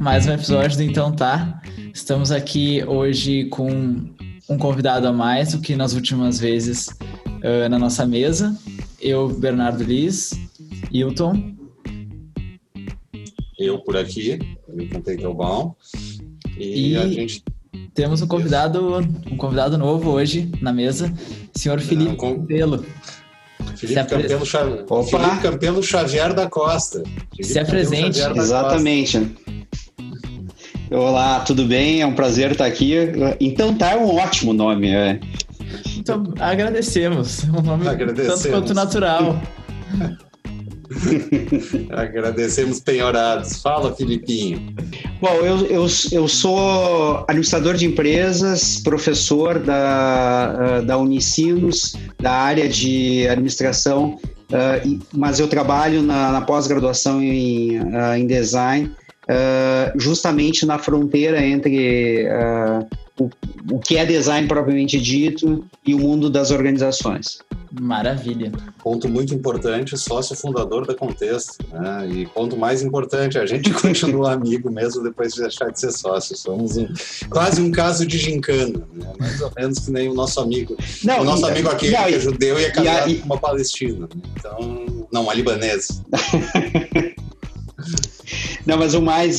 mais um episódio do Então Tá. Estamos aqui hoje com um convidado a mais do que nas últimas vezes na nossa mesa. Eu, Bernardo Liz, Hilton. Eu por aqui, me contei que é bom. E a gente temos um convidado novo hoje na mesa, senhor Felipe Campelo. Felipe Campelo Xavier da Costa. Se apresente. Exatamente. Olá, tudo bem? É um prazer estar aqui. Então Tá é um ótimo nome. Então, agradecemos. É um nome tanto quanto natural. Agradecemos penhorados. Fala, Filipinho. Bom, eu sou administrador de empresas, professor da Unicinos, da área de administração, mas eu trabalho na pós-graduação em design, justamente na fronteira entre o que é design propriamente dito e o mundo das organizações. Maravilha. Ponto muito importante, sócio fundador da Contexto, né? E ponto mais importante, a gente continua amigo mesmo depois de deixar de ser sócio. Somos quase um caso de gincana, né? Mais ou menos que nem o nosso amigo. Amigo aqui, que é judeu e é casado com uma palestina. Né? Então, não, uma libanesa. Não, mas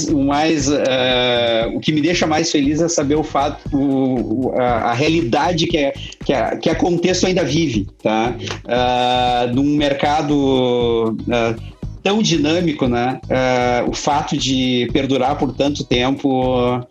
o que me deixa mais feliz é saber o fato, a realidade que a Contexto ainda vive, tá? Num mercado tão dinâmico, né? O fato de perdurar por tanto tempo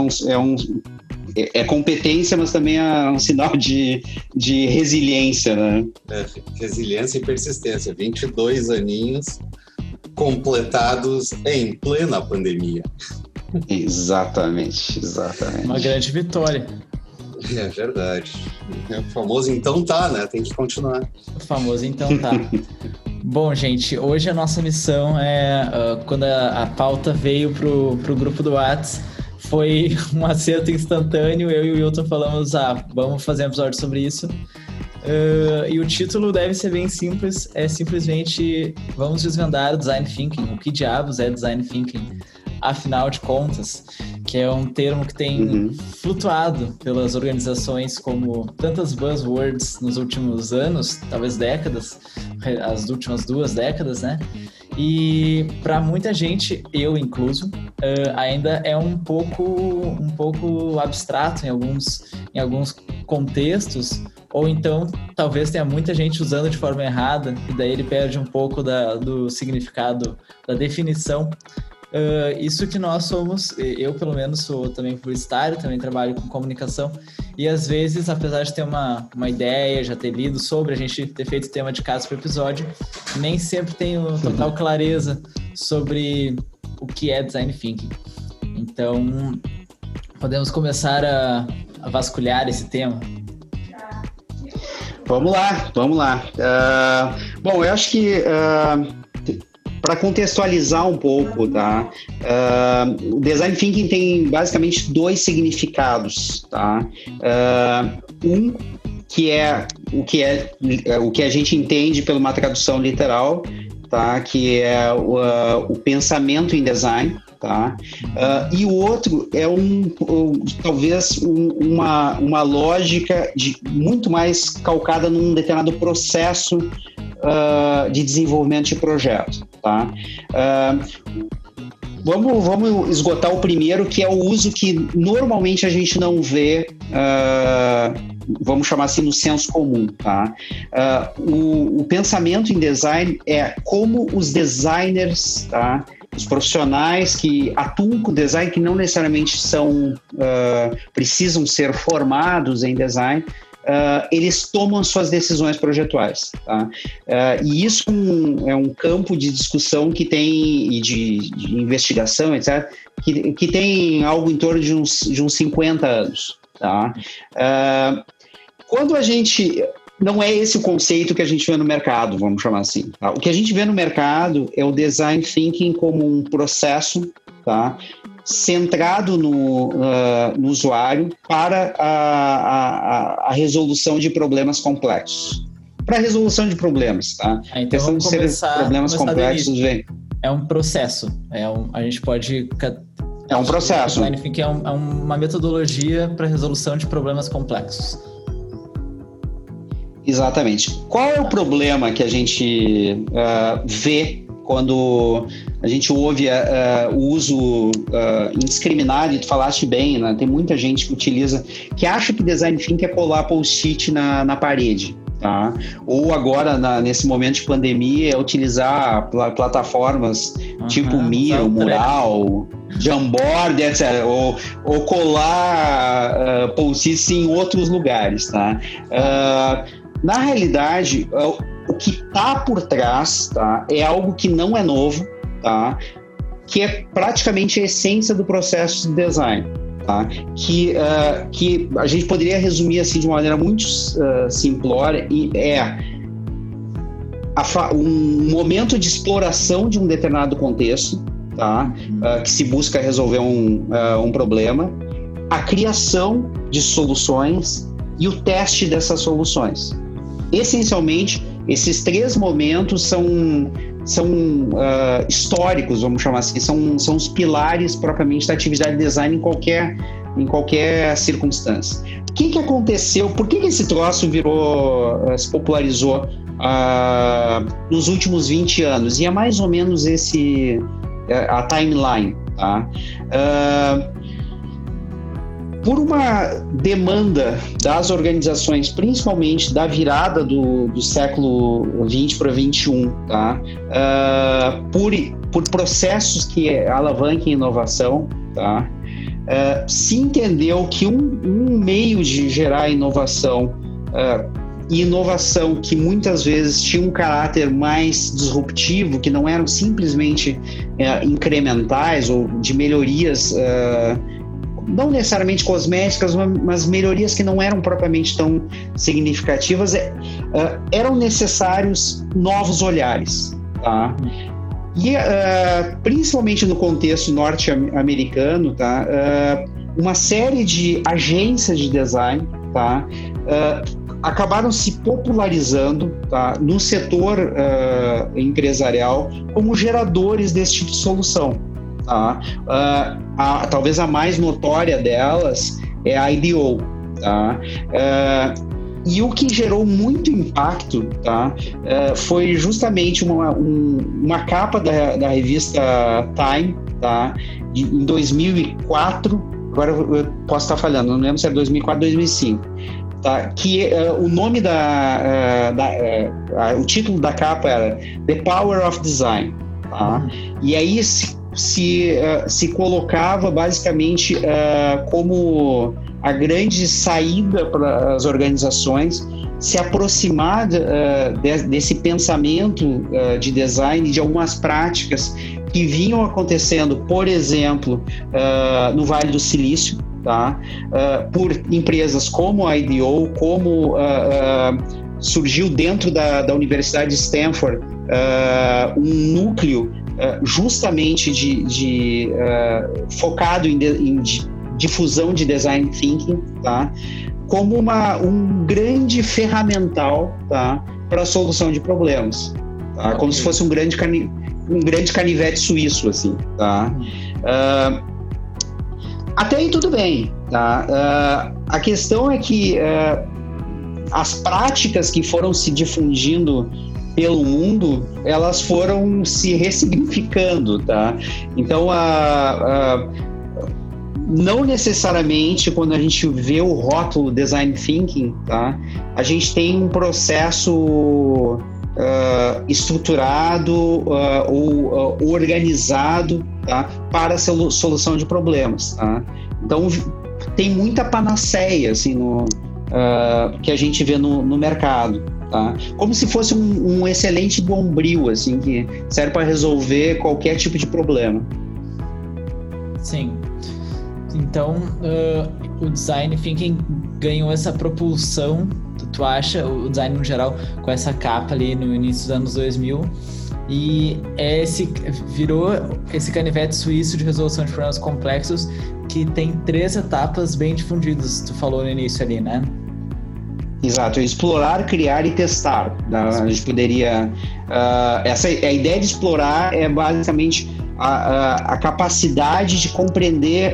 é competência, mas também é um sinal de resiliência, né? Resiliência e persistência. 22 aninhos completados em plena pandemia. Exatamente. Uma grande vitória. É verdade. O famoso Então Tá, né? Tem que continuar. O famoso Então Tá. Bom, gente, hoje a nossa missão quando a pauta veio pro grupo do WhatsApp, foi um acerto instantâneo. Eu e o Hilton falamos, vamos fazer um episódio sobre isso. E o título deve ser bem simples, é simplesmente vamos desvendar o Design Thinking. O que diabos é Design Thinking? Afinal de contas, que é um termo que tem flutuado pelas organizações como tantas buzzwords nos últimos anos, talvez décadas, as últimas 2 décadas, né? E para muita gente, eu incluso, ainda é um pouco abstrato em alguns contextos, ou então talvez tenha muita gente usando de forma errada, e daí ele perde um pouco do significado, da definição. Isso que nós somos, eu pelo menos sou também publicitário, também trabalho com comunicação, e às vezes, apesar de ter uma ideia, já ter lido sobre, a gente ter feito tema de caso para o episódio, nem sempre tenho total clareza sobre o que é Design Thinking. Então, podemos começar a vasculhar esse tema. Vamos lá. Bom, eu acho que para contextualizar um pouco, tá? O Design Thinking tem basicamente 2 significados, tá? Um que é o que a gente entende por uma tradução literal, tá? Que é o pensamento em design. Tá? E o outro é talvez uma lógica muito mais calcada num determinado processo de desenvolvimento de projeto. Tá? Vamos esgotar o primeiro, que é o uso que normalmente a gente não vê, vamos chamar assim, no senso comum. Tá? O pensamento em design é como os designers, tá? Os profissionais que atuam com design, que não necessariamente precisam ser formados em design, eles tomam suas decisões projetuais. Tá? E isso é um campo de discussão que tem, e de investigação, etc., que tem algo em torno de uns 50 anos. Tá? Quando a gente... Não é esse o conceito que a gente vê no mercado, vamos chamar assim. Tá? O que a gente vê no mercado é o Design Thinking como um processo, tá? Centrado no usuário para a resolução de problemas complexos. Para resolução de problemas, tá? Então vamos começar, problemas complexos, vem. É um processo. A gente pode É um processo. Design Thinking é uma metodologia para resolução de problemas complexos. Exatamente. Qual é o problema que a gente vê quando a gente ouve o uso indiscriminado, e tu falaste bem, né? Tem muita gente que utiliza, que acha que Design Thinking é colar post-it na parede, tá? Ou agora, nesse momento de pandemia, é utilizar plataformas tipo Miro, Mural, Jamboard, etc. Ou colar post-its em outros lugares, tá? Na realidade, o que está por trás, tá, é algo que não é novo, tá, que é praticamente a essência do processo de design, tá, que a gente poderia resumir assim de uma maneira muito simplória, e um momento de exploração de um determinado contexto, tá, que se busca resolver um problema, a criação de soluções e o teste dessas soluções. Essencialmente, esses 3 momentos são históricos, vamos chamar assim, são os pilares propriamente da atividade de design em qualquer circunstância. O que aconteceu? Por que esse troço se popularizou nos últimos 20 anos? E é mais ou menos a timeline, tá? Por uma demanda das organizações, principalmente da virada do século XX para XXI, tá? Por processos que alavanquem inovação, tá? Se entendeu que um meio de gerar inovação, e inovação que muitas vezes tinha um caráter mais disruptivo, que não eram simplesmente incrementais ou de melhorias não necessariamente cosméticas, mas melhorias que não eram propriamente tão significativas, eram necessários novos olhares, tá? E principalmente no contexto norte-americano, tá? Uma série de agências de design, tá? Acabaram se popularizando, tá? No setor empresarial como geradores desse tipo de solução. Tá? Talvez a mais notória delas é a IDEO, tá? E o que gerou muito impacto, tá? Foi justamente uma capa da revista Time, tá? Em 2004, agora eu posso estar falhando, não lembro se é 2004 ou 2005, tá? Que o nome o título da capa era The Power of Design, tá? E aí se colocava basicamente como a grande saída para as organizações se aproximar desse pensamento de design, de algumas práticas que vinham acontecendo, por exemplo, no Vale do Silício, tá? Por empresas como a IDEO, como surgiu dentro da Universidade de Stanford um núcleo justamente focado em difusão de design thinking, tá? Como um grande ferramental, tá? Para a solução de problemas, tá? Como se fosse um grande canivete suíço, assim, tá? Até aí tudo bem, tá? A questão é que as práticas que foram se difundindo pelo mundo, elas foram se ressignificando, tá? Então, não necessariamente quando a gente vê o rótulo Design Thinking, tá? A gente tem um processo estruturado ou organizado, tá? Para a solução de problemas, tá? Então, tem muita panaceia, assim, que a gente vê no mercado. Tá? Como se fosse um excelente bombril, assim, que serve para resolver qualquer tipo de problema. Sim. Então, o Design Thinking ganhou essa propulsão, tu acha, o design no geral, com essa capa ali no início dos anos 2000, e virou esse canivete suíço de resolução de problemas complexos que tem 3 etapas bem difundidas, tu falou no início ali, né? Exato, explorar, criar e testar. A gente poderia... a ideia de explorar é basicamente a capacidade de compreender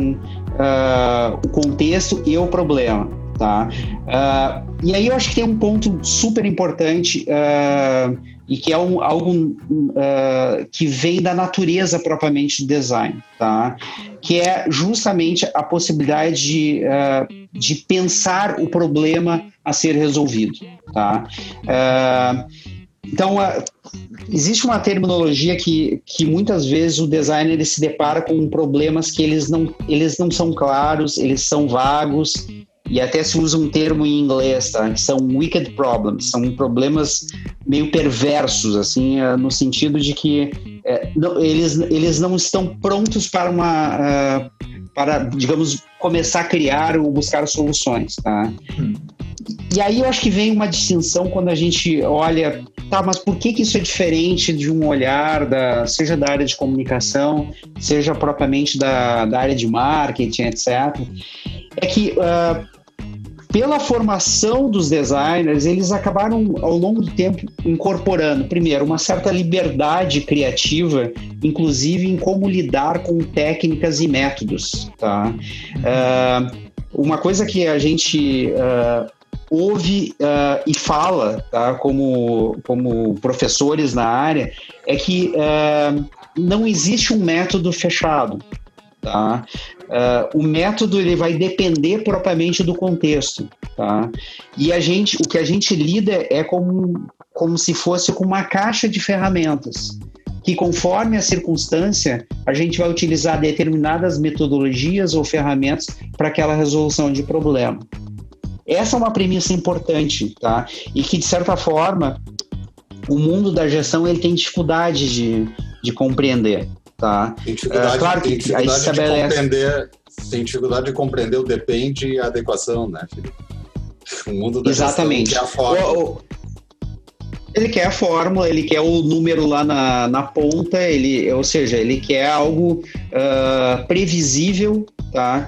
o contexto e o problema, tá? E aí eu acho que tem um ponto super importante e que é algo que vem da natureza propriamente do design, tá? Que é justamente a possibilidade de pensar o problema a ser resolvido, tá? Então, existe uma terminologia que muitas vezes o designer ele se depara com problemas que eles não são claros, eles são vagos, e até se usa um termo em inglês, tá? Que são wicked problems, são problemas meio perversos, assim, no sentido de que eles não estão prontos para digamos, começar a criar ou buscar soluções, tá? E aí eu acho que vem uma distinção quando a gente olha, tá, mas por que isso é diferente de um olhar, seja da área de comunicação, seja propriamente da área de marketing, etc. É que pela formação dos designers, eles acabaram, ao longo do tempo, incorporando, primeiro, uma certa liberdade criativa, inclusive em como lidar com técnicas e métodos, tá? Uma coisa que a gente ouve e fala, tá, como professores na área, é que não existe um método fechado, tá? O método ele vai depender propriamente do contexto, tá? E o que a gente lida é como se fosse com uma caixa de ferramentas, que conforme a circunstância, a gente vai utilizar determinadas metodologias ou ferramentas para aquela resolução de problema. Essa é uma premissa importante, tá? E que, de certa forma, o mundo da gestão ele tem dificuldade de compreender. Tá? Tem dificuldade de compreender o depende e a adequação, né, Felipe? O mundo da Exatamente. Gestão quer a fórmula. Ele quer a fórmula, ele quer o número lá na ponta, ou seja, ele quer algo previsível, tá?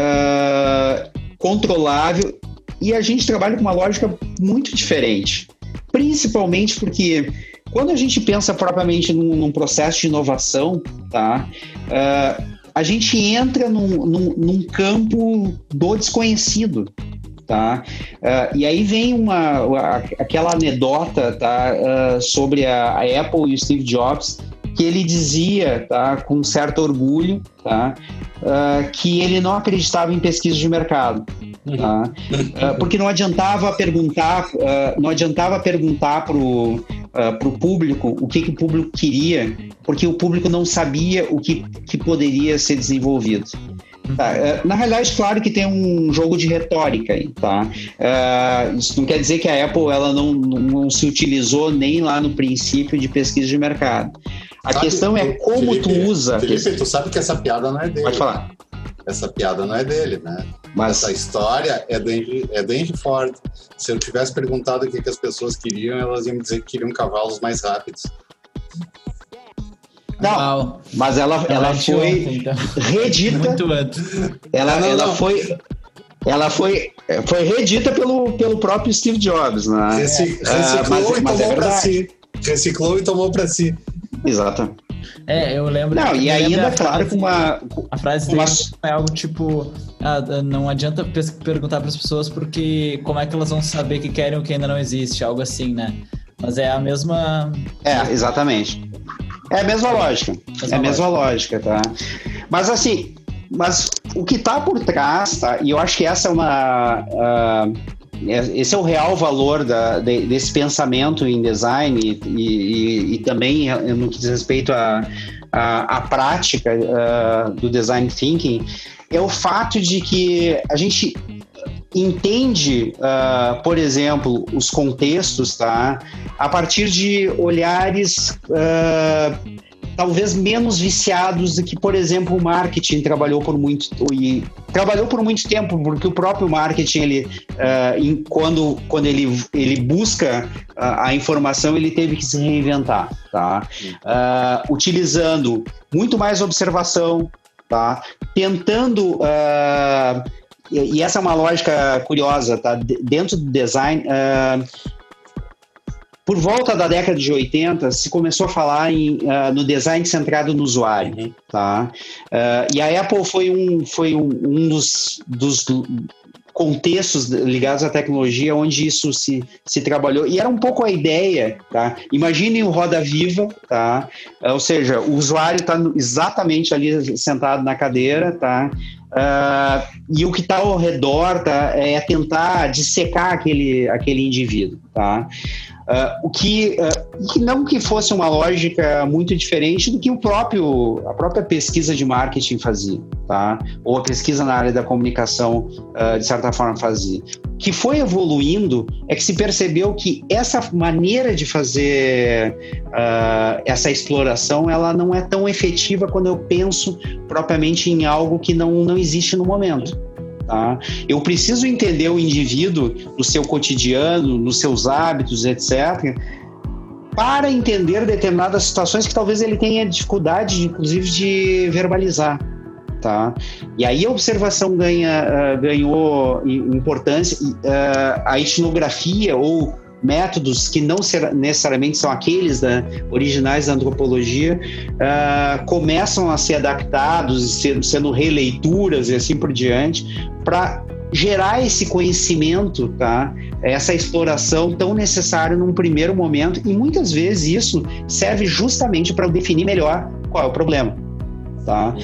Controlável, e a gente trabalha com uma lógica muito diferente, principalmente porque quando a gente pensa propriamente num processo de inovação, tá? A gente entra num campo do desconhecido, tá? E aí vem aquela anedota, tá? Sobre a Apple e o Steve Jobs, que ele dizia, tá? Com certo orgulho, tá? Que ele não acreditava em pesquisa de mercado. Tá? Porque não adiantava perguntar para o público o que o público queria, porque o público não sabia o que poderia ser desenvolvido. Tá? Na realidade, claro que tem um jogo de retórica aí, tá? Isso não quer dizer que a Apple ela não se utilizou nem lá no princípio de pesquisa de mercado. A questão é como Felipe, tu usa... Felipe, tu sabe que essa piada não é dele. Pode falar. Essa piada não é dele, né? Mas essa história é do Henry Ford. Se eu tivesse perguntado o que as pessoas queriam, elas iam me dizer que queriam cavalos mais rápidos. Não, mas ela foi então. Redita. Muito antes. Ela foi redita pelo próprio Steve Jobs, né? Reciclou e tomou para si. Exato. Eu lembro. Não, e ainda, claro, com uma. A frase dele é algo tipo: não adianta perguntar para as pessoas porque como é que elas vão saber que querem o que ainda não existe, algo assim, né? Mas é a mesma. Exatamente. É a mesma lógica. É a mesma lógica, tá? Mas assim, o que tá por trás, tá? E eu acho que essa é esse é o real valor desse pensamento em design e também no que diz respeito à prática do design thinking, é o fato de que a gente entende, por exemplo, os contextos, tá? A partir de olhares talvez menos viciados do que, por exemplo, o marketing trabalhou por muito tempo, porque o próprio marketing, quando ele busca a informação, ele teve que se reinventar, tá? Utilizando muito mais observação, tá? Tentando... E essa é uma lógica curiosa, tá? Dentro do design... Por volta da década de 80, se começou a falar no design centrado no usuário, tá? E a Apple foi um dos contextos ligados à tecnologia onde isso se trabalhou, e era um pouco a ideia, tá? Imaginem o Roda Viva, tá? Ou seja, o usuário está exatamente ali sentado na cadeira, tá? E o que está ao redor, tá, é tentar dissecar aquele indivíduo, tá? Não que fosse uma lógica muito diferente do que a própria pesquisa de marketing fazia, tá? Ou a pesquisa na área da comunicação, de certa forma, fazia. O que foi evoluindo é que se percebeu que essa maneira de fazer essa exploração, ela não é tão efetiva quando eu penso propriamente em algo que não existe no momento. Tá? Eu preciso entender o indivíduo no seu cotidiano, nos seus hábitos, etc., para entender determinadas situações que talvez ele tenha dificuldade, inclusive, de verbalizar. Tá? E aí a observação ganhou importância, a etnografia ou métodos que não necessariamente são aqueles originais da antropologia, começam a ser adaptados e sendo releituras e assim por diante, para gerar esse conhecimento, tá? Essa exploração tão necessária num primeiro momento, e muitas vezes isso serve justamente para definir melhor qual é o problema. Tá?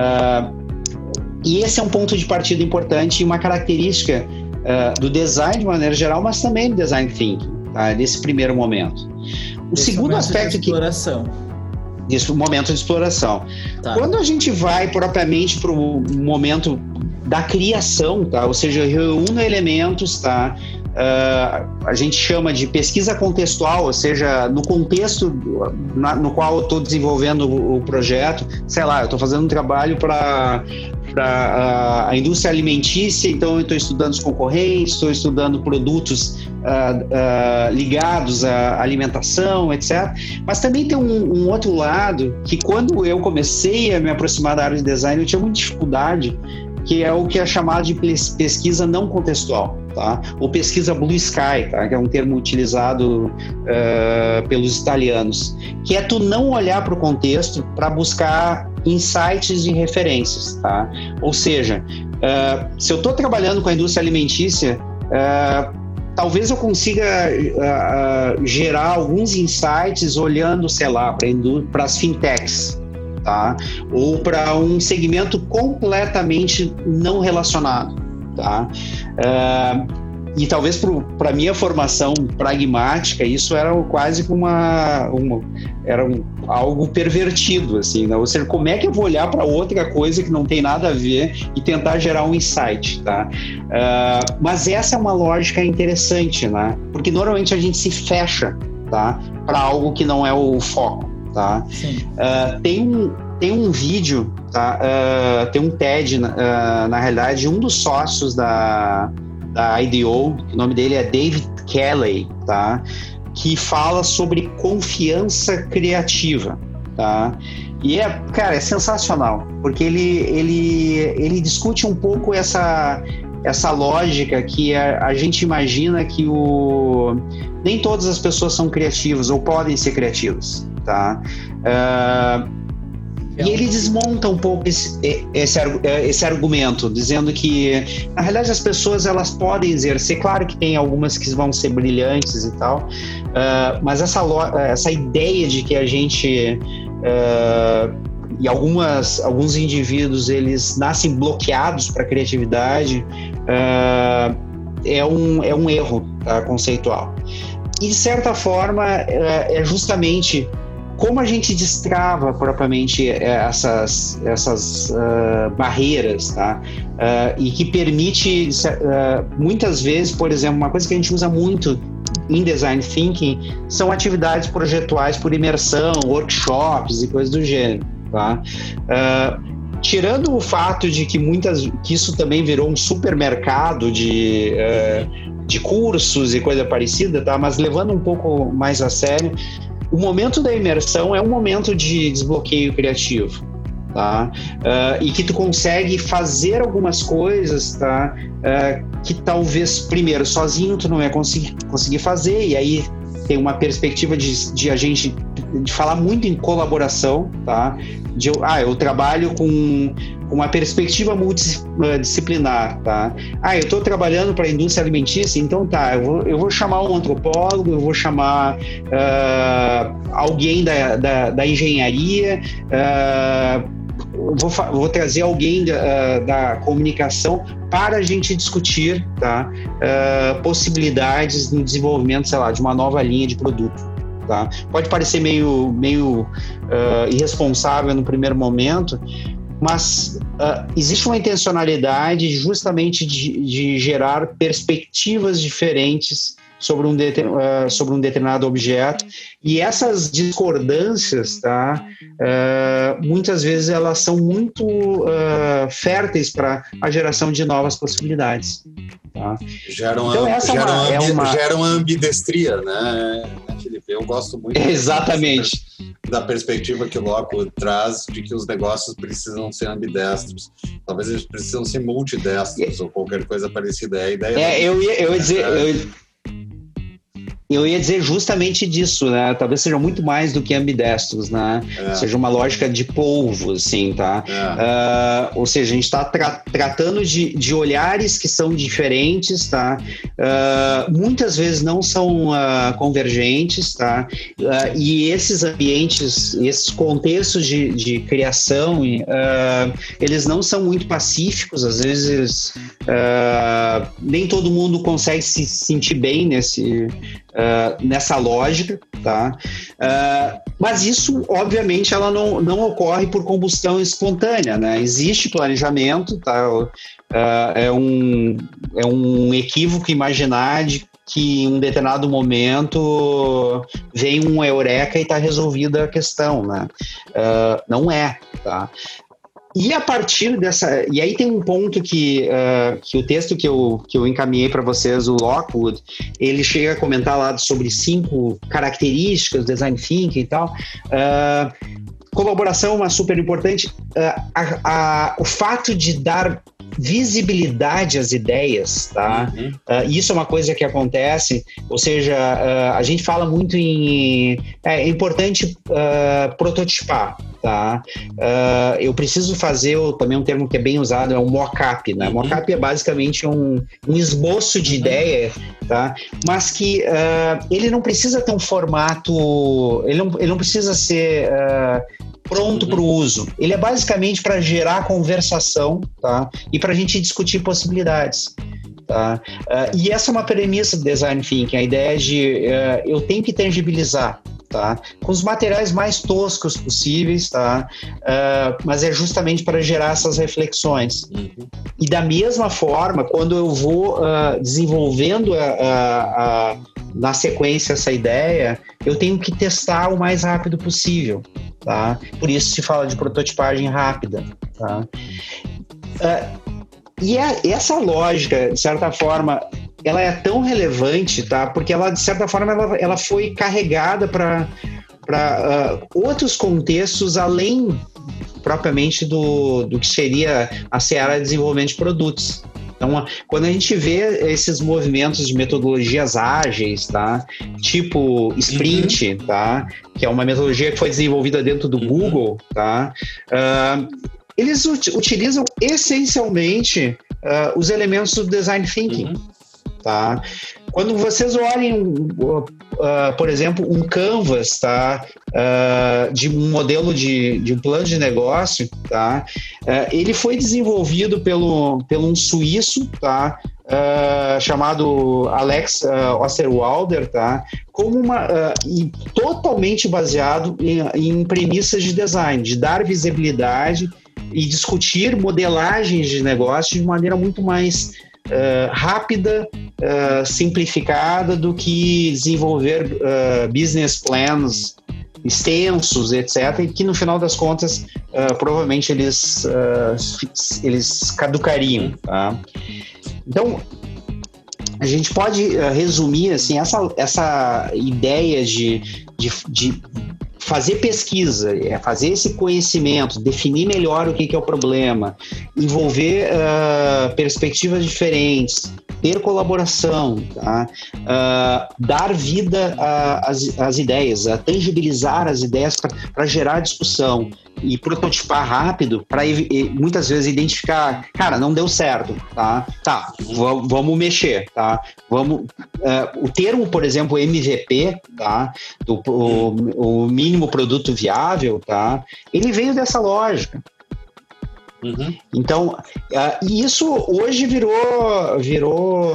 E esse é um ponto de partida importante e uma característica do design de maneira geral, mas também do design thinking, tá? Nesse primeiro momento. O segundo aspecto de exploração. Esse momento de exploração. Tá. Quando a gente vai propriamente para o momento da criação, tá? Ou seja, eu reúno elementos, tá? A gente chama de pesquisa contextual, ou seja, no contexto no qual eu estou desenvolvendo o projeto. Sei lá, eu estou fazendo um trabalho para a indústria alimentícia, então eu estou estudando os concorrentes, estou estudando produtos ligados à alimentação, etc. Mas também tem um outro lado que, quando eu comecei a me aproximar da área de design, eu tinha muita dificuldade, que é o que é chamado de pesquisa não contextual, tá? Ou pesquisa Blue Sky, tá? Que é um termo utilizado pelos italianos, que é tu não olhar para o contexto para buscar insights e referências, tá? Ou seja, se eu estou trabalhando com a indústria alimentícia, talvez eu consiga gerar alguns insights olhando, sei lá, para as fintechs, tá? Ou para um segmento completamente não relacionado, tá? E talvez para a minha formação pragmática, isso era quase como algo pervertido, assim, né? Ou seja, como é que eu vou olhar para outra coisa que não tem nada a ver e tentar gerar um insight, tá? Mas essa é uma lógica interessante, né? Porque normalmente a gente se fecha, tá? Para algo que não é o foco. Tá? Tem um vídeo, tá? Tem um TED, na realidade, um dos sócios da IDEO, o nome dele é David Kelley, tá? Que fala sobre confiança criativa, tá? E cara, é sensacional, porque ele discute um pouco essa lógica que a gente imagina que nem todas as pessoas são criativas ou podem ser criativas, tá? E ele desmonta um pouco esse argumento, dizendo que, na realidade, as pessoas elas podem exercer, claro que tem algumas que vão ser brilhantes e tal, mas essa ideia de que a gente e alguns indivíduos eles nascem bloqueados para a criatividade, é um erro, tá, conceitual. E, de certa forma, é justamente como a gente destrava propriamente essas barreiras, tá? E que permite, muitas vezes, por exemplo, uma coisa que a gente usa muito em Design Thinking são atividades projetuais por imersão, workshops e coisas do gênero, tá? Tirando o fato de que isso também virou um supermercado de cursos e coisa parecida, tá? Mas levando um pouco mais a sério, o momento da imersão é um momento de desbloqueio criativo, tá? E que tu consegue fazer algumas coisas, tá? Que talvez, primeiro, sozinho tu não ia conseguir fazer, e aí tem uma perspectiva de a gente de falar muito em colaboração, tá? Eu trabalho com uma perspectiva multidisciplinar, tá? Eu estou trabalhando para a indústria alimentícia, então eu vou chamar um antropólogo, eu vou chamar alguém da engenharia, vou trazer alguém da comunicação para a gente discutir, tá? Possibilidades no desenvolvimento, sei lá, de uma nova linha de produto. Tá? Pode parecer meio irresponsável no primeiro momento, mas existe uma intencionalidade justamente de gerar perspectivas diferentes sobre um determinado objeto, e essas discordâncias, tá, muitas vezes elas são muito férteis para a geração de novas possibilidades. Tá? Geram a ambidestria, né, Felipe? Eu gosto muito exatamente da perspectiva que o Loco traz de que os negócios precisam ser ambidestros. Talvez eles precisam ser multidestros ou qualquer coisa parecida. É a ideia. Eu ia dizer justamente disso, né? Talvez seja muito mais do que ambidestros, né? Seja uma lógica de polvo, assim, tá? Ou seja, a gente está tratando de olhares que são diferentes, tá? Muitas vezes não são convergentes, tá? E esses ambientes, esses contextos de criação, eles não são muito pacíficos, às vezes nem todo mundo consegue se sentir bem nessa lógica, tá? Mas isso, obviamente, ela não ocorre por combustão espontânea, né? Existe planejamento, tá? É um equívoco imaginar de que em um determinado momento vem um eureka e está resolvida a questão, né? Não é, tá? E a partir dessa... E aí tem um ponto que o texto que eu encaminhei para vocês, o Lockwood, ele chega a comentar lá sobre 5 características do design thinking e tal. Colaboração é uma super importante. O fato de dar visibilidade às ideias, tá? Isso é uma coisa que acontece, ou seja, a gente fala muito é importante prototipar, tá? Eu preciso fazer também um termo que é bem usado, é um mock-up, né? Mock-up é basicamente um esboço de ideia, tá? Mas que ele não precisa ter um formato, ele não precisa ser pronto para o uso. Ele é basicamente para gerar conversação, tá? E para a gente discutir possibilidades. Tá? E essa é uma premissa do design thinking, a ideia de eu tenho que tangibilizar, tá? Com os materiais mais toscos possíveis, tá? Mas é justamente para gerar essas reflexões. E da mesma forma, quando eu vou desenvolvendo na sequência essa ideia, eu tenho que testar o mais rápido possível, tá? Por isso se fala de prototipagem rápida, tá? E essa lógica, de certa forma, ela é tão relevante, tá? Porque ela, de certa forma, ela foi carregada para outros contextos além propriamente do que seria a seara de desenvolvimento de produtos. Então, quando a gente vê esses movimentos de metodologias ágeis, tá? Tipo Sprint, tá? Que é uma metodologia que foi desenvolvida dentro do Google, tá? Eles utilizam essencialmente os elementos do design thinking, tá? Quando vocês olhem, por exemplo, um canvas, tá? De um modelo de um plano de negócio, tá? Ele foi desenvolvido pelo um suíço, tá? Chamado Alex Osterwalder, tá? Como e totalmente baseado em premissas de design, de dar visibilidade e discutir modelagens de negócio de maneira muito mais rápida, simplificada do que desenvolver business plans extensos, etc., e que no final das contas provavelmente eles caducariam, tá? Então a gente pode resumir assim essa ideia de fazer pesquisa, fazer esse conhecimento, definir melhor o que é o problema, envolver perspectivas diferentes, ter colaboração, tá? Dar vida às ideias, tangibilizar as ideias para gerar discussão e prototipar rápido para muitas vezes identificar, cara, não deu certo, tá? Vamos mexer, tá? O termo, por exemplo, MVP, tá? O mínimo produto viável, tá? Ele veio dessa lógica. Uhum. Então, isso hoje virou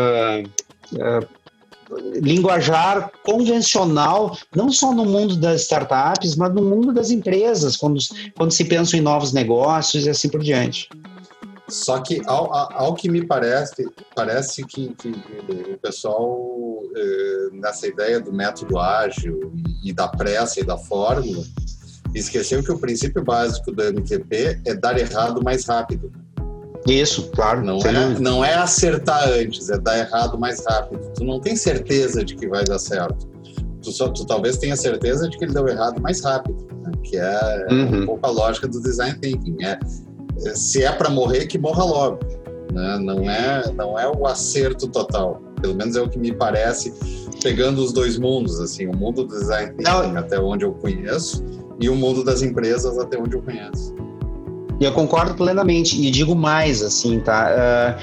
linguajar convencional, não só no mundo das startups, mas no mundo das empresas, quando se pensa em novos negócios e assim por diante. Só que, ao que me parece que o pessoal, nessa ideia do método ágil e da pressa e da fórmula, esqueceu que o princípio básico do MVP é dar errado mais rápido. Isso, claro. Não é acertar antes, é dar errado mais rápido. Tu não tem certeza de que vai dar certo. Tu talvez tenha certeza de que ele deu errado mais rápido, né? Que é um pouco a lógica do design thinking. Se é para morrer, que morra logo, né? Não é o acerto total. Pelo menos é o que me parece, pegando os dois mundos, assim, o mundo do design thinking até onde eu conheço e o mundo das empresas até onde eu conheço. Eu concordo plenamente e digo mais, assim, tá?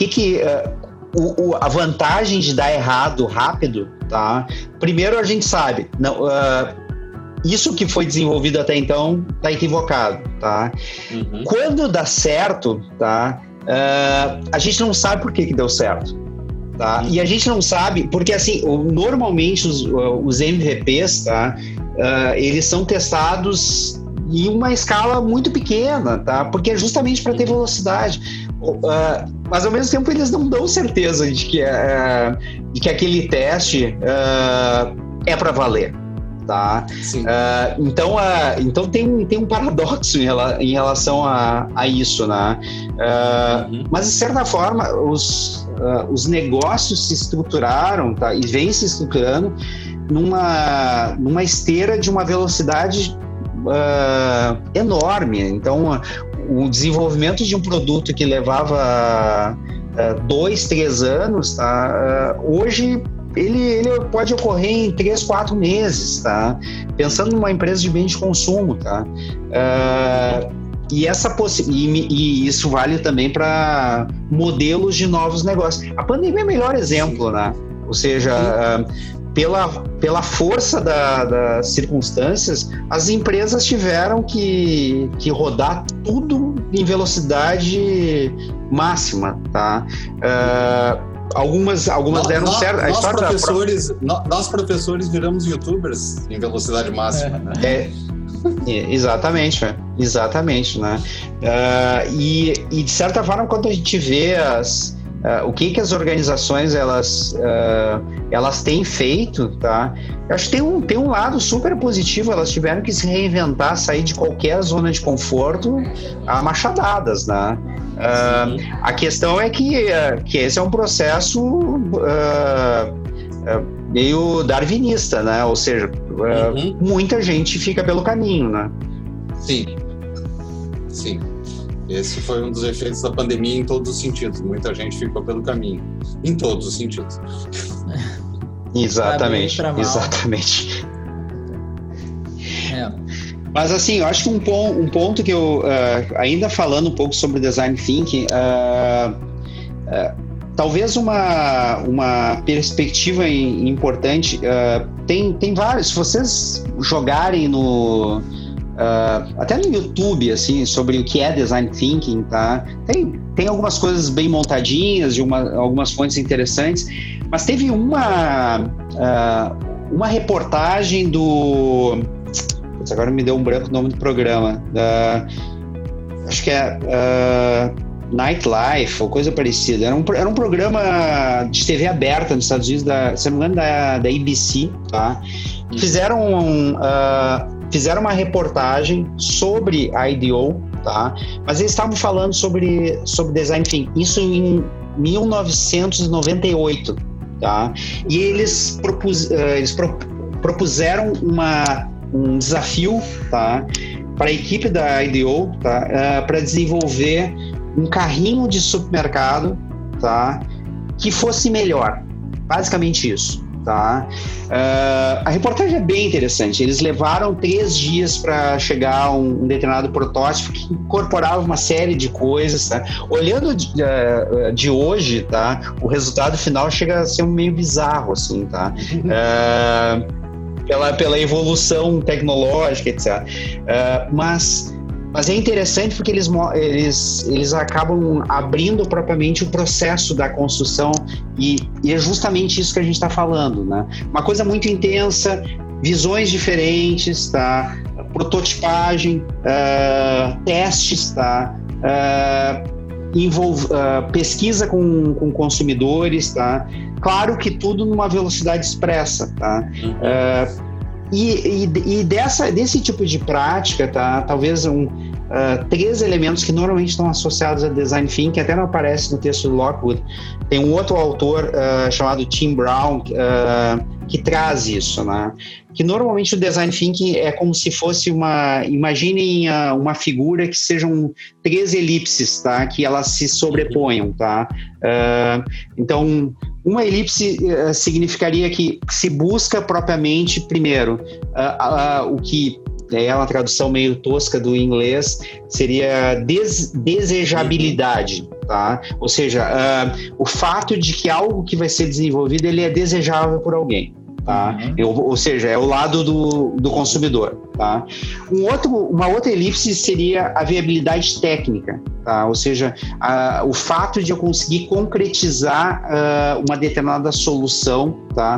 A vantagem de dar errado rápido, tá? Primeiro a gente sabe, isso que foi desenvolvido até então tá equivocado, tá? Uhum. Quando dá certo, tá? A gente não sabe por que deu certo, tá? E a gente não sabe, porque assim, normalmente os MVPs, tá? Eles são testados em uma escala muito pequena, tá? Porque é justamente para ter velocidade. Mas ao mesmo tempo eles não dão certeza de que aquele teste é para valer, tá? Então tem um paradoxo em relação a isso, né? Mas de certa forma os negócios se estruturaram, tá? E vêm se estruturando numa esteira de uma velocidade enorme. Então o desenvolvimento de um produto que levava 2-3 anos, tá? Hoje ele pode ocorrer em 3-4 meses, tá? Pensando numa empresa de bem de consumo, tá? E isso vale também para modelos de novos negócios. A pandemia é o melhor exemplo, né? Ou seja, pela força das circunstâncias, as empresas tiveram que rodar tudo em velocidade máxima, tá? Algumas deram certo. Nós professores viramos youtubers em velocidade máxima, né? Exatamente, né? E de certa forma, quando a gente vê o que as organizações elas têm feito, tá? Eu acho que tem um lado super positivo. Elas tiveram que se reinventar, sair de qualquer zona de conforto a machadadas, né? A questão é que esse é um processo meio darwinista, né? Ou seja, muita gente fica pelo caminho, né? Sim. Esse foi um dos efeitos da pandemia em todos os sentidos. Muita gente ficou pelo caminho, em todos os sentidos. Exatamente. Mas assim, eu acho que um ponto que eu, ainda falando um pouco sobre Design Thinking, talvez uma perspectiva importante, tem vários, se vocês jogarem até no YouTube, assim, sobre o que é Design Thinking, tá? Tem algumas coisas bem montadinhas, algumas fontes interessantes, mas teve uma reportagem do... Agora me deu um branco o nome do programa. Acho que é Nightlife ou coisa parecida. Era um programa de TV aberta nos Estados Unidos, se não me engano, da ABC, tá? Fizeram uma reportagem sobre a IDEO, tá? Mas eles estavam falando sobre Design Thinking, isso em 1998, tá? E eles propuseram um desafio, tá? Para a equipe da IDEO, tá? Para desenvolver um carrinho de supermercado, tá? que fosse melhor. Basicamente isso. Tá? A reportagem é bem interessante. Eles levaram 3 dias para chegar a um determinado protótipo que incorporava uma série de coisas. Tá? Olhando de hoje, tá? O resultado final chega a ser meio bizarro, assim, tá? Pela evolução tecnológica, etc. Mas é interessante porque eles acabam abrindo propriamente o processo da construção e é justamente isso que a gente está falando, né? Uma coisa muito intensa, visões diferentes, tá? Prototipagem, testes, tá? Pesquisa com consumidores, tá? Claro que tudo numa velocidade expressa, tá? Desse tipo de prática, tá? Talvez 3 elementos que normalmente estão associados a Design Thinking, até não aparece no texto do Lockwood. Tem um outro autor chamado Tim Brown que traz isso, né? Que normalmente o Design Thinking é como se fosse imaginem uma figura que sejam 3 elipses, tá? Que elas se sobreponham, tá? Então, uma elipse significaria que se busca propriamente, primeiro, o que é uma tradução meio tosca do inglês, seria desejabilidade, tá? Ou seja, o fato de que algo que vai ser desenvolvido, ele é desejável por alguém. Tá? Ou seja, é o lado do consumidor. Tá? Uma outra elipse seria a viabilidade técnica, tá? Ou seja, o fato de eu conseguir concretizar uma determinada solução, tá?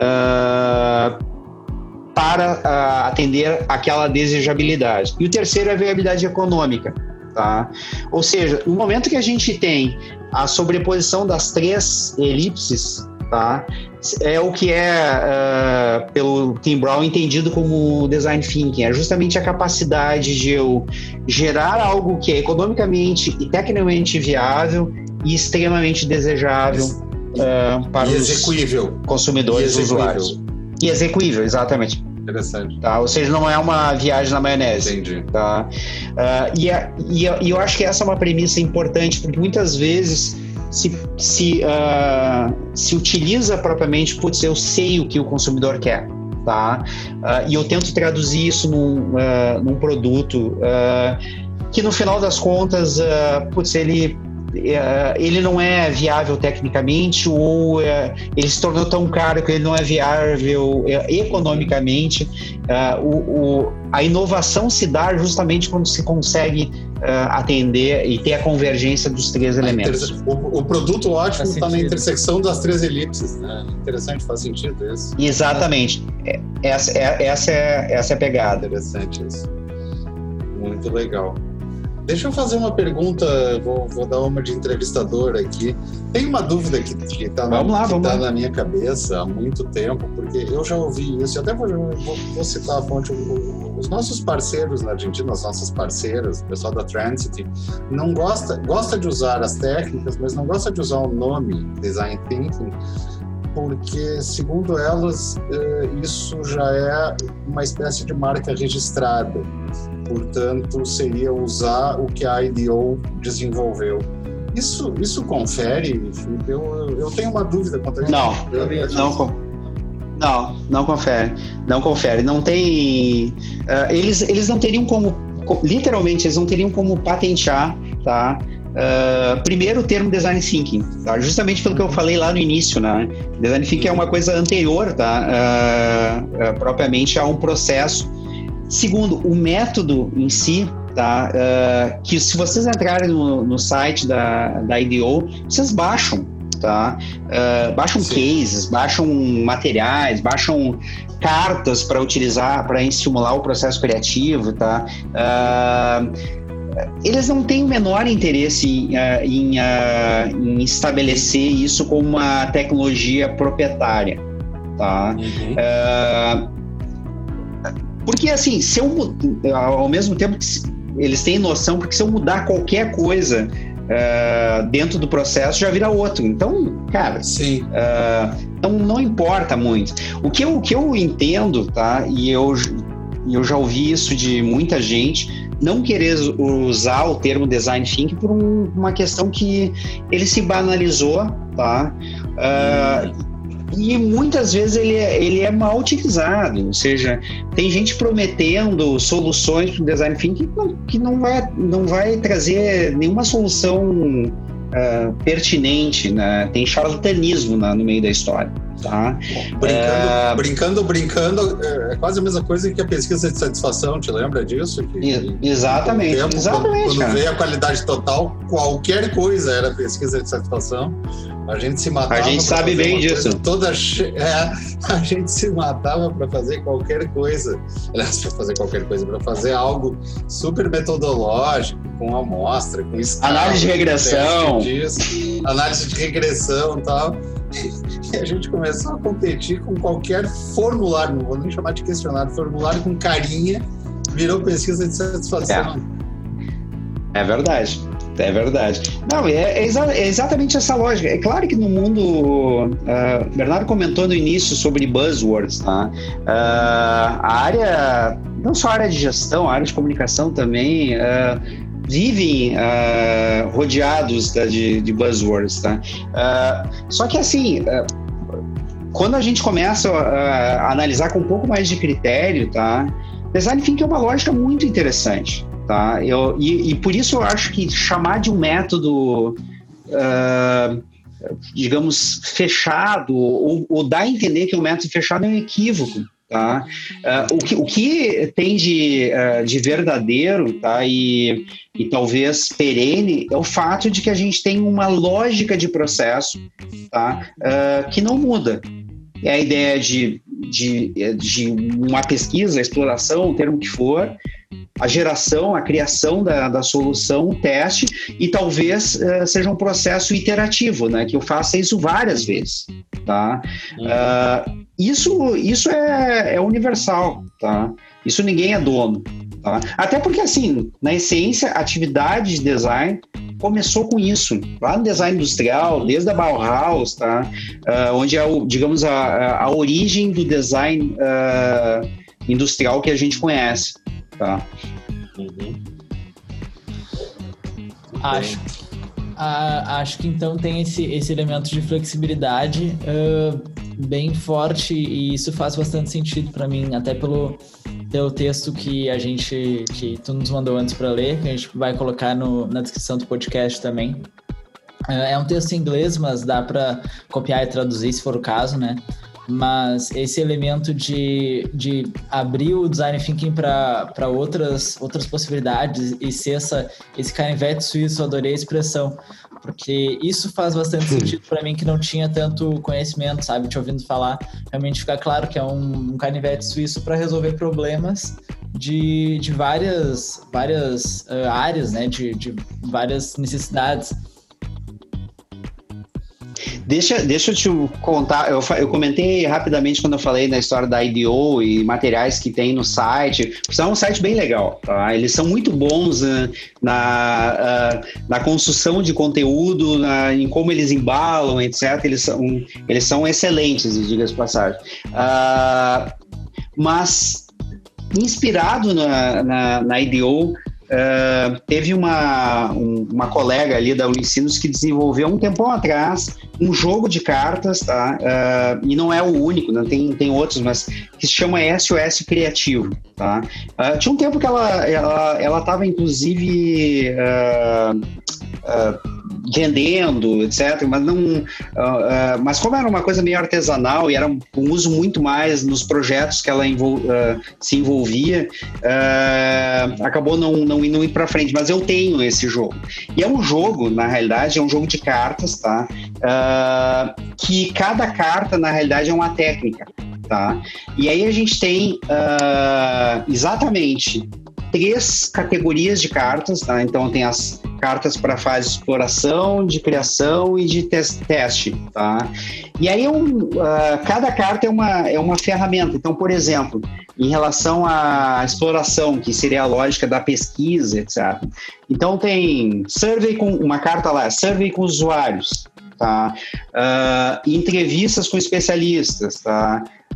Para atender aquela desejabilidade. E o terceiro é a viabilidade econômica. Tá? Ou seja, no momento que a gente tem a sobreposição das 3 elipses, tá? É o que é, pelo Tim Brown, entendido como Design Thinking. É justamente a capacidade de eu gerar algo que é economicamente e tecnicamente viável e extremamente desejável para os consumidores e usuários. E execuível, exatamente. Interessante. Tá? Ou seja, não é uma viagem na maionese. Entendi. Tá? E eu acho que essa é uma premissa importante, porque muitas vezes se utiliza propriamente, eu sei o que o consumidor quer, tá? E eu tento traduzir isso num produto que no final das contas, ele não é viável tecnicamente, ou ele se tornou tão caro que ele não é viável economicamente. A inovação se dá justamente quando se consegue atender e ter a convergência dos 3 elementos. O produto ótimo está na intersecção das 3 elipses, né? Interessante, faz sentido isso. Exatamente. Essa é a pegada. Interessante isso. Muito legal. Deixa eu fazer uma pergunta, vou dar uma de entrevistador aqui. Tem uma dúvida que está na minha cabeça há muito tempo, porque eu já ouvi isso, e até vou citar a fonte. Os nossos parceiros na Argentina, as nossas parceiras, o pessoal da Transity, não gosta de usar as técnicas, mas não gosta de usar o nome Design Thinking, porque, segundo elas, isso já é uma espécie de marca registrada. Portanto, seria usar o que a IDEO desenvolveu. Isso confere, Felipe? Eu tenho uma dúvida quanto a isso. Não confere. Não confere. Não tem... Eles não teriam como... Literalmente, eles não teriam como patentear, tá? Primeiro o termo Design Thinking, tá? Justamente pelo que eu falei lá no início, né? Design Thinking é uma coisa anterior, tá? Propriamente a um processo. Segundo, o método em si, tá? Que se vocês entrarem no site da IDEO, vocês baixam, tá? Baixam cases, baixam materiais, baixam cartas para utilizar, para estimular o processo criativo, tá? Eles não têm o menor interesse em estabelecer isso como uma tecnologia proprietária, tá? Porque, assim, ao mesmo tempo que eles têm noção, porque se eu mudar qualquer coisa dentro do processo, já vira outro. Então, cara, sim. Não importa muito. O que eu entendo, tá? E eu já ouvi isso de muita gente, não querer usar o termo design thinking por uma questão que ele se banalizou, tá? E muitas vezes ele é mal utilizado, ou seja, tem gente prometendo soluções para o design thinking que não vai trazer nenhuma solução pertinente, né? Tem charlatanismo no meio da história. Tá? Brincando, é quase a mesma coisa que a pesquisa de satisfação, te lembra disso? Exatamente. Quando veio a qualidade total, qualquer coisa era pesquisa de satisfação. A gente se matava. A gente sabe bem disso. A gente se matava para fazer qualquer coisa. Aliás, para fazer algo super metodológico, com amostra, com escala, análise de regressão. Análise de regressão e tal. E a gente começou a competir com qualquer formulário, não vou nem chamar de questionário, formulário com carinha, virou pesquisa de satisfação. É verdade. Não, é exatamente essa lógica. É claro que no mundo... Bernardo comentou no início sobre buzzwords, tá? A área... Não só a área de gestão, a área de comunicação também... vivem rodeados de buzzwords, tá? Só que assim, quando a gente começa a analisar com um pouco mais de critério, tá? Design thinking é uma lógica muito interessante, tá? E por isso eu acho que chamar de um método, digamos, fechado, ou dar a entender que é um método fechado é um equívoco. Tá? O que tem de verdadeiro, tá? e talvez perene é o fato de que a gente tem uma lógica de processo, tá? Que não muda. É a ideia de uma pesquisa, exploração, o termo que for, a geração, a criação da solução, o teste, e talvez seja um processo iterativo, né? Que eu faça isso várias vezes. Tá? Isso é universal, tá? Isso ninguém é dono, tá? Até porque, assim, na essência, a atividade de design começou com isso, lá no design industrial, desde a Bauhaus, tá? Onde é, digamos, a origem do design industrial que a gente conhece, tá? Acho que então tem esse elemento de flexibilidade bem forte, e isso faz bastante sentido para mim, até pelo texto que tu nos mandou antes para ler, que a gente vai colocar na descrição do podcast também. É um texto em inglês, mas dá para copiar e traduzir se for o caso, né? Mas esse elemento de abrir o design thinking para outras possibilidades e ser esse canivete suíço, eu adorei a expressão, porque isso faz bastante sentido para mim, que não tinha tanto conhecimento, sabe? Te ouvindo falar, realmente fica claro que é um canivete suíço para resolver problemas de várias áreas, né? De várias necessidades. Deixa eu te contar, eu comentei rapidamente quando eu falei na história da IDEO e materiais que tem no site. É um site bem legal, tá? Eles são muito bons na construção de conteúdo, em como eles embalam, etc. Eles são excelentes, diga-se de passagem. Mas, inspirado na IDEO, teve uma colega ali da Unicinos que desenvolveu um tempão atrás um jogo de cartas, tá? E não é o único, né? Tem outros, mas que se chama SOS Criativo, tá? Tinha um tempo que ela estava inclusive vendendo, etc., mas como era uma coisa meio artesanal e era um uso muito mais nos projetos que ela se envolvia, acabou não indo para frente, mas eu tenho esse jogo. E é um jogo, na realidade, é um jogo de cartas, tá? Que cada carta, na realidade, é uma técnica, tá? E aí a gente tem exatamente 3 categorias de cartas, tá? Então tem as cartas para fase de exploração, de criação e de teste, tá? E aí cada carta é uma ferramenta. Então, por exemplo, em relação à exploração, que seria a lógica da pesquisa, etc. Então tem uma carta lá, survey com usuários, tá? Entrevistas com especialistas, tá?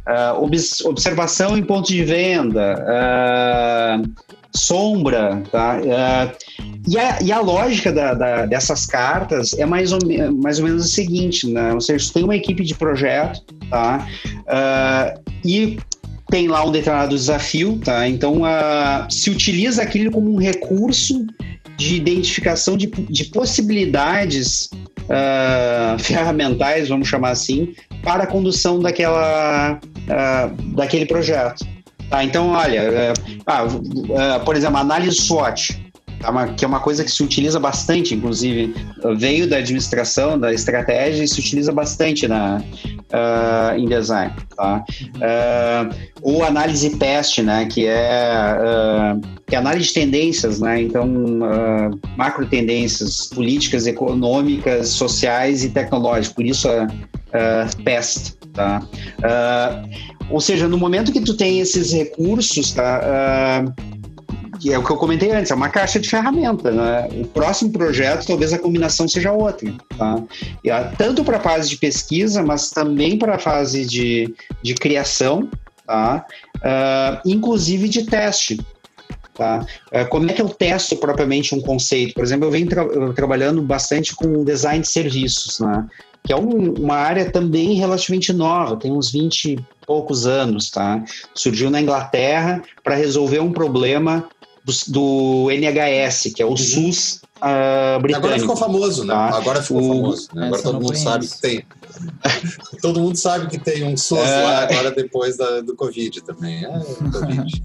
observação em ponto de venda, sombra, tá? E a lógica dessas cartas é mais ou menos o seguinte, né? Ou seja, você tem uma equipe de projeto, tá? E tem lá um determinado desafio, tá? Então, se utiliza aquilo como um recurso de identificação de possibilidades ferramentais, vamos chamar assim, para a condução daquele projeto. Tá? Então, olha, por exemplo, análise SWOT, que é uma coisa que se utiliza bastante, inclusive, veio da administração, da estratégia, e se utiliza bastante em design. Tá? Ou análise PEST, né, que é análise de tendências, né? Então, macro tendências políticas, econômicas, sociais e tecnológicas, por isso PEST. Tá? Ou seja, no momento que tu tem esses recursos, tá? Que é o que eu comentei antes, é uma caixa de ferramenta, né? O próximo projeto, talvez a combinação seja outra, tá? Tanto para a fase de pesquisa, mas também para a fase de criação, tá? Inclusive de teste. Tá? Como é que eu testo propriamente um conceito? Por exemplo, eu venho trabalhando bastante com design de serviços, né? Que é uma área também relativamente nova, tem uns 20 e poucos anos, tá? Surgiu na Inglaterra para resolver um problema do NHS, que é o SUS britânico. Agora ficou famoso, né? Tá? Agora ficou famoso. Né? Agora todo mundo sabe que tem. Todo mundo sabe que tem um SUS lá agora depois do Covid também. Covid.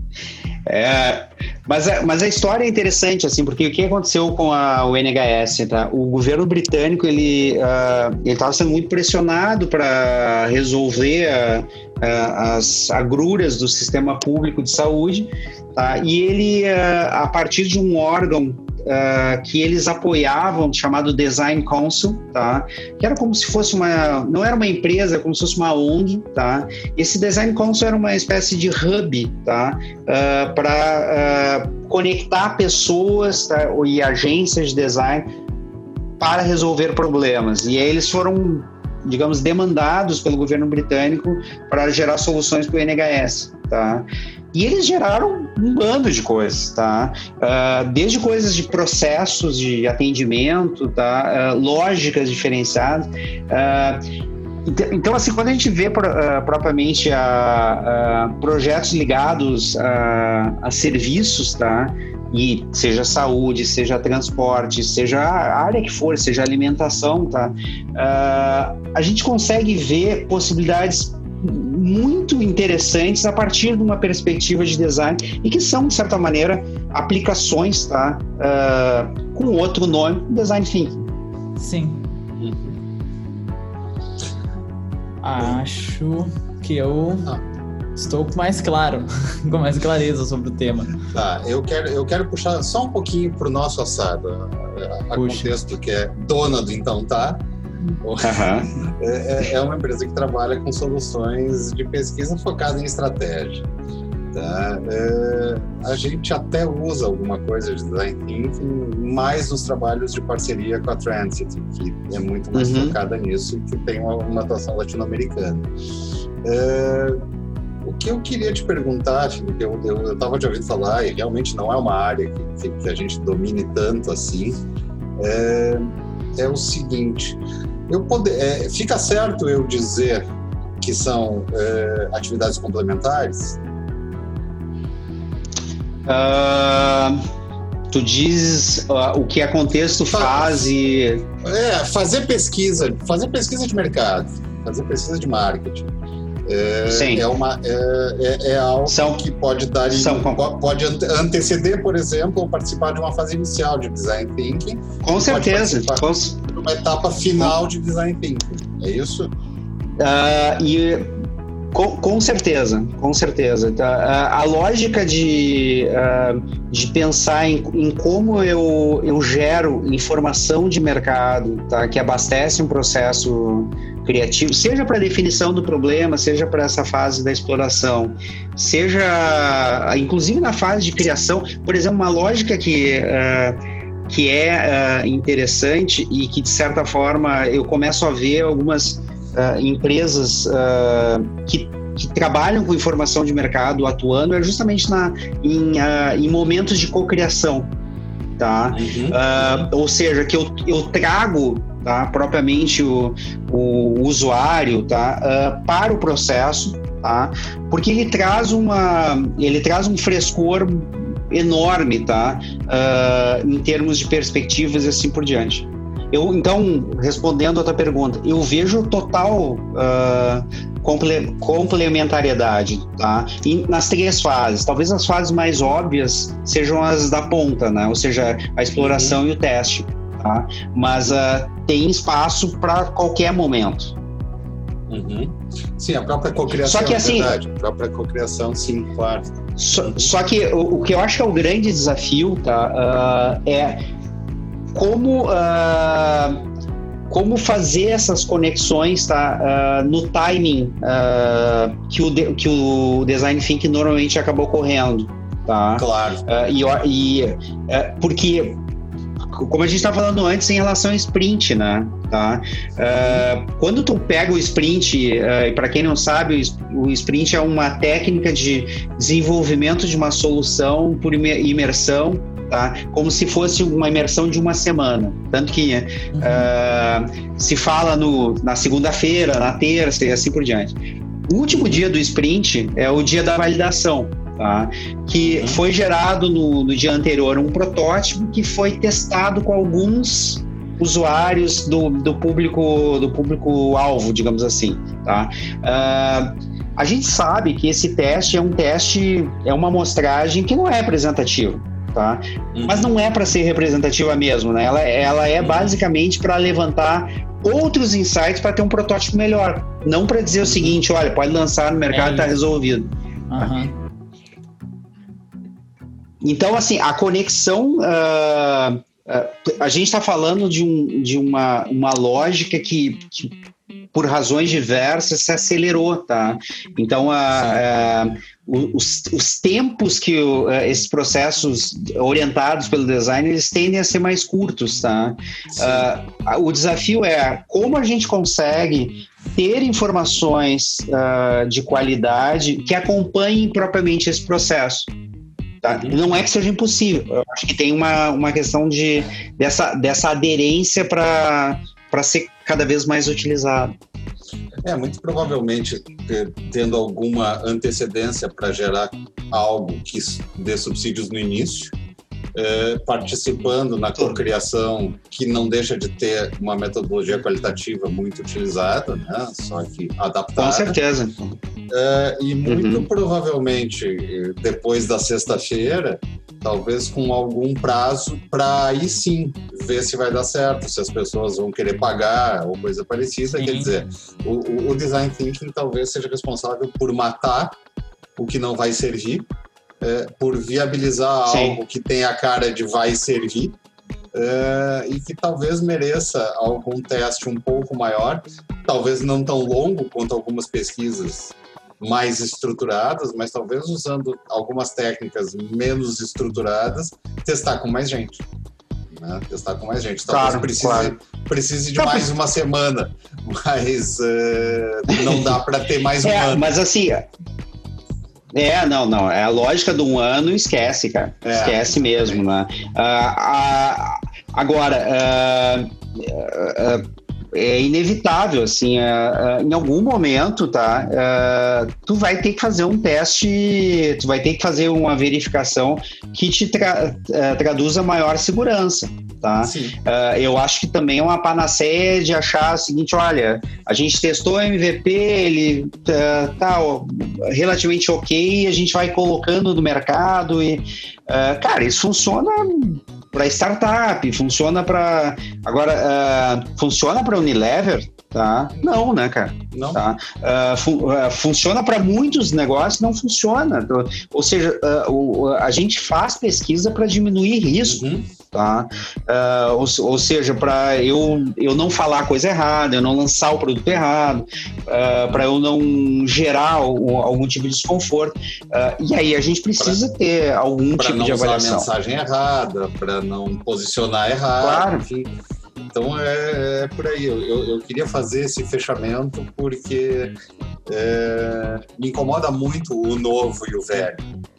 Mas a história é interessante, assim, porque o que aconteceu com o NHS, tá? O governo britânico, ele estava sendo muito pressionado para resolver as agruras do sistema público de saúde, tá? E ele, a partir de um órgão que eles apoiavam, chamado Design Council, tá? Que era como se fosse não era uma empresa, como se fosse uma ONG, tá? Esse Design Council era uma espécie de hub, tá? Para conectar pessoas, tá? E agências de design para resolver problemas. E aí eles foram, digamos, demandados pelo governo britânico para gerar soluções para o NHS, tá? E eles geraram um bando de coisas, tá? Desde coisas de processos de atendimento, tá? Lógicas diferenciadas. Então, assim, quando a gente vê propriamente projetos ligados a serviços, tá? E seja saúde, seja transporte, seja a área que for, seja alimentação, tá? A gente consegue ver possibilidades muito interessantes a partir de uma perspectiva de design e que são, de certa maneira, aplicações, tá? Com outro nome, Design Thinking. Sim. Acho que eu estou mais claro, com mais clareza sobre o tema. Tá, eu quero puxar só um pouquinho para o nosso assado, a Contexto, que é dona do Então Tá. É uma empresa que trabalha com soluções de pesquisa focada em estratégia. Tá? A gente até usa alguma coisa de design thinking, mais nos trabalhos de parceria com a Transity, que é muito mais focada nisso e que tem uma atuação latino-americana. O que eu queria te perguntar, Felipe, eu estava te ouvindo falar, e realmente não é uma área que a gente domine tanto assim, é o seguinte: fica certo eu dizer que são atividades complementares? Tu dizes o que a Contexto faz e... fazer pesquisa de mercado, fazer pesquisa de marketing. Sim. É algo que pode pode anteceder, por exemplo, ou participar de uma fase inicial de design thinking. Com certeza. De uma etapa final de design thinking. É isso? Com certeza. A lógica de pensar em como eu gero informação de mercado, tá, que abastece um processo criativo, seja para a definição do problema, seja para essa fase da exploração, seja inclusive na fase de criação. Por exemplo, uma lógica que é interessante e que, de certa forma, eu começo a ver algumas empresas que trabalham com informação de mercado atuando é justamente em momentos de cocriação, tá? Ou seja, que eu trago, tá, propriamente o usuário, tá, para o processo, tá? Porque ele traz um frescor enorme, tá? Em termos de perspectivas e assim por diante. Então, respondendo a tua pergunta, eu vejo total complementariedade, tá? Nas 3 fases. Talvez as fases mais óbvias sejam as da ponta, né? Ou seja, a exploração e o teste, tá? Mas tem espaço para qualquer momento. Sim, a própria cocriação, só que, assim, verdade. A própria cocriação, sim, claro. Só que o que eu acho que é o grande desafio, tá? É como fazer essas conexões, tá? No timing que o design thinking normalmente acaba ocorrendo, tá? Claro. Porque, como a gente estava falando antes, em relação ao sprint, né? Tá? Quando tu pega o sprint, e para quem não sabe, o sprint é uma técnica de desenvolvimento de uma solução por imersão, tá? Como se fosse uma imersão de uma semana. Tanto que se fala na segunda-feira, na terça e assim por diante. O último dia do sprint é o dia da validação, tá? Que foi gerado no dia anterior um protótipo que foi testado com alguns usuários do público-alvo, digamos assim, tá? A gente sabe que esse teste é uma amostragem que não é representativa, tá? Mas não é para ser representativa mesmo, né? Ela é basicamente para levantar outros insights para ter um protótipo melhor, não para dizer o seguinte: olha, pode lançar no mercado, está resolvido. Então, assim, a conexão, a gente está falando de uma lógica que por razões diversas se acelerou, tá? Então, os tempos que esses processos orientados pelo design, eles tendem a ser mais curtos, tá? O desafio é como a gente consegue ter informações de qualidade que acompanhem propriamente esse processo. Tá? Não é que seja impossível, eu acho que tem uma questão dessa aderência para ser cada vez mais utilizado. Muito provavelmente tendo alguma antecedência para gerar algo que dê subsídios no início, participando na cocriação, que não deixa de ter uma metodologia qualitativa muito utilizada, né? Só que adaptada. Com certeza. E muito provavelmente, depois da sexta-feira, talvez com algum prazo para aí sim ver se vai dar certo, se as pessoas vão querer pagar ou coisa parecida. Quer dizer, o design thinking talvez seja responsável por matar o que não vai servir, por viabilizar algo que tem a cara de vai servir, e que talvez mereça algum teste um pouco maior, talvez não tão longo quanto algumas pesquisas mais estruturadas, mas talvez usando algumas técnicas menos estruturadas, testar com mais gente. Né? Testar com mais gente. Talvez precise de mais uma semana, mas não dá para ter mais um ano. Mas assim... não. É a lógica de um ano, esquece, cara. Esquece mesmo, né? Agora, é inevitável, assim, em algum momento, tá? Tu vai ter que fazer um teste, tu vai ter que fazer uma verificação que te traduza maior segurança, tá? Eu acho que também é uma panaceia de achar o seguinte: olha, a gente testou o MVP, ele tá relativamente ok, a gente vai colocando no mercado e, cara, isso funciona para startup, funciona para... Agora, funciona para Unilever? Tá? Não, né, cara? Não. Tá? Funciona para muitos negócios, não funciona. Ou seja, a gente faz pesquisa para diminuir risco. Tá? Ou seja, para eu não falar a coisa errada, eu não lançar o produto errado, para eu não gerar algum tipo de desconforto. E aí a gente precisa ter algum tipo de avaliação. Para não usar a mensagem errada, para não posicionar errado. Claro. Enfim. Então é por aí. Eu queria fazer esse fechamento porque me incomoda muito o novo e o velho.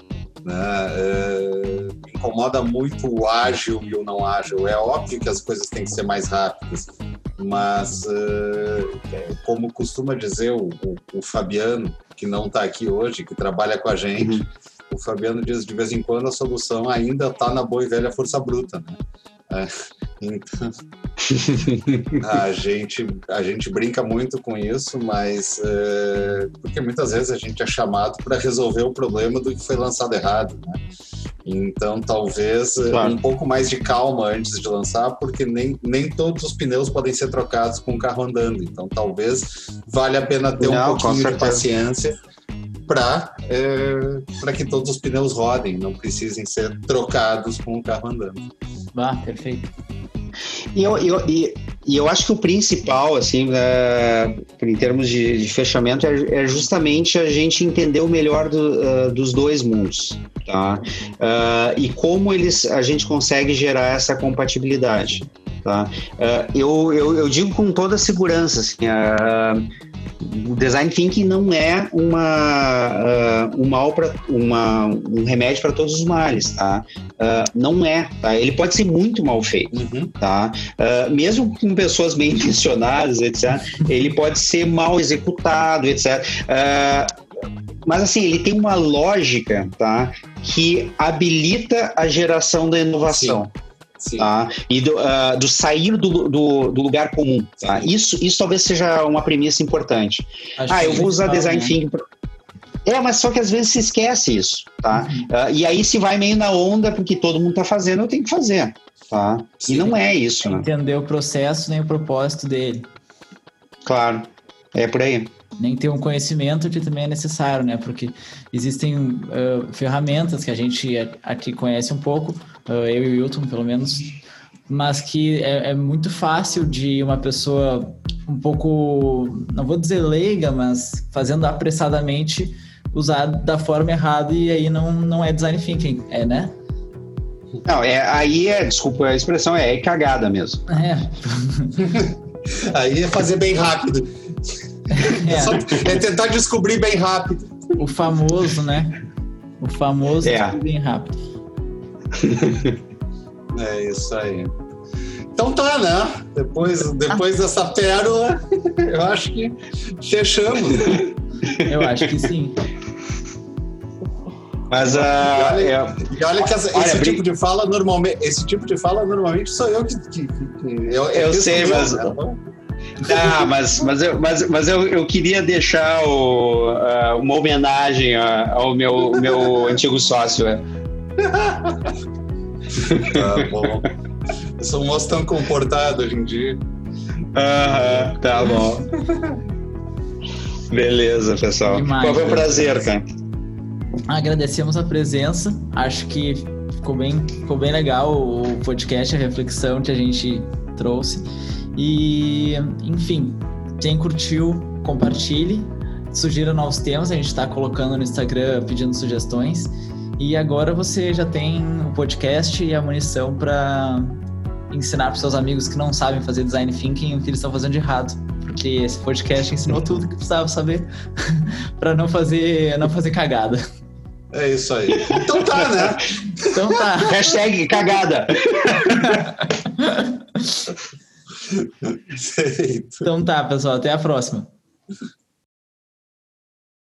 Né? Me incomoda muito o ágil e o não ágil. É óbvio que as coisas têm que ser mais rápidas, mas como costuma dizer o Fabiano, que não está aqui hoje, que trabalha com a gente, o Fabiano diz de vez em quando a solução ainda está na boa e velha força bruta, né? Então a gente brinca muito com isso, mas porque muitas vezes a gente é chamado para resolver o problema do que foi lançado errado, né? Então talvez um pouco mais de calma antes de lançar, porque nem todos os pneus podem ser trocados com o carro andando, então talvez valha a pena ter um pouquinho de paciência para que todos os pneus rodem, não precisem ser trocados com o carro andando. Perfeito. E eu acho que o principal, assim, em termos de fechamento, é justamente a gente entender o melhor dos dois mundos, tá? E como a gente consegue gerar essa compatibilidade, tá? Eu digo com toda segurança, assim, o Design Thinking não é um remédio para todos os males, tá? Não é, tá? Ele pode ser muito mal feito, tá? Mesmo com pessoas bem intencionadas, etc., ele pode ser mal executado, etc. Mas assim, ele tem uma lógica, tá? Que habilita a geração da inovação. Sim. Tá? E do sair do lugar comum, tá? Isso talvez seja uma premissa importante. Eu vou usar Design Thinking mas só que às vezes se esquece isso, tá? E aí se vai meio na onda porque todo mundo tá fazendo, eu tenho que fazer, tá? Sim. E não é isso, né? Entender o processo nem o propósito dele. Claro, é por aí. Nem ter um conhecimento que também é necessário, né? Porque existem ferramentas que a gente aqui conhece um pouco, eu e o Wilton, pelo menos, mas que é muito fácil de uma pessoa um pouco, não vou dizer leiga, mas fazendo apressadamente, usar da forma errada e aí não é Design Thinking, né? Não, desculpa a expressão, é cagada mesmo. Aí é fazer bem rápido. É tentar descobrir bem rápido. O famoso, né? O famoso descobrir bem rápido. É isso aí. Então tá, né? Depois dessa pérola, eu acho que fechamos. Eu acho que sim. Mas e olha que esse tipo de fala normalmente sou eu que eu sei, mas... Mas eu queria deixar uma homenagem ao meu antigo sócio. Tá bom. Eu sou um moço tão comportado hoje em dia. Tá bom. Beleza, pessoal. Demais, foi um prazer, cara. Agradecemos a presença. Acho que ficou bem legal o podcast, a reflexão que a gente trouxe. E, enfim, quem curtiu, compartilhe, sugira novos temas, a gente está colocando no Instagram pedindo sugestões. E agora você já tem o podcast e a munição para ensinar para seus amigos que não sabem fazer Design Thinking o que eles estão fazendo de errado. Porque esse podcast ensinou tudo que precisava saber para não fazer cagada. É isso aí. Então tá, né? Então tá. Hashtag cagada. Então tá, pessoal. Até a próxima.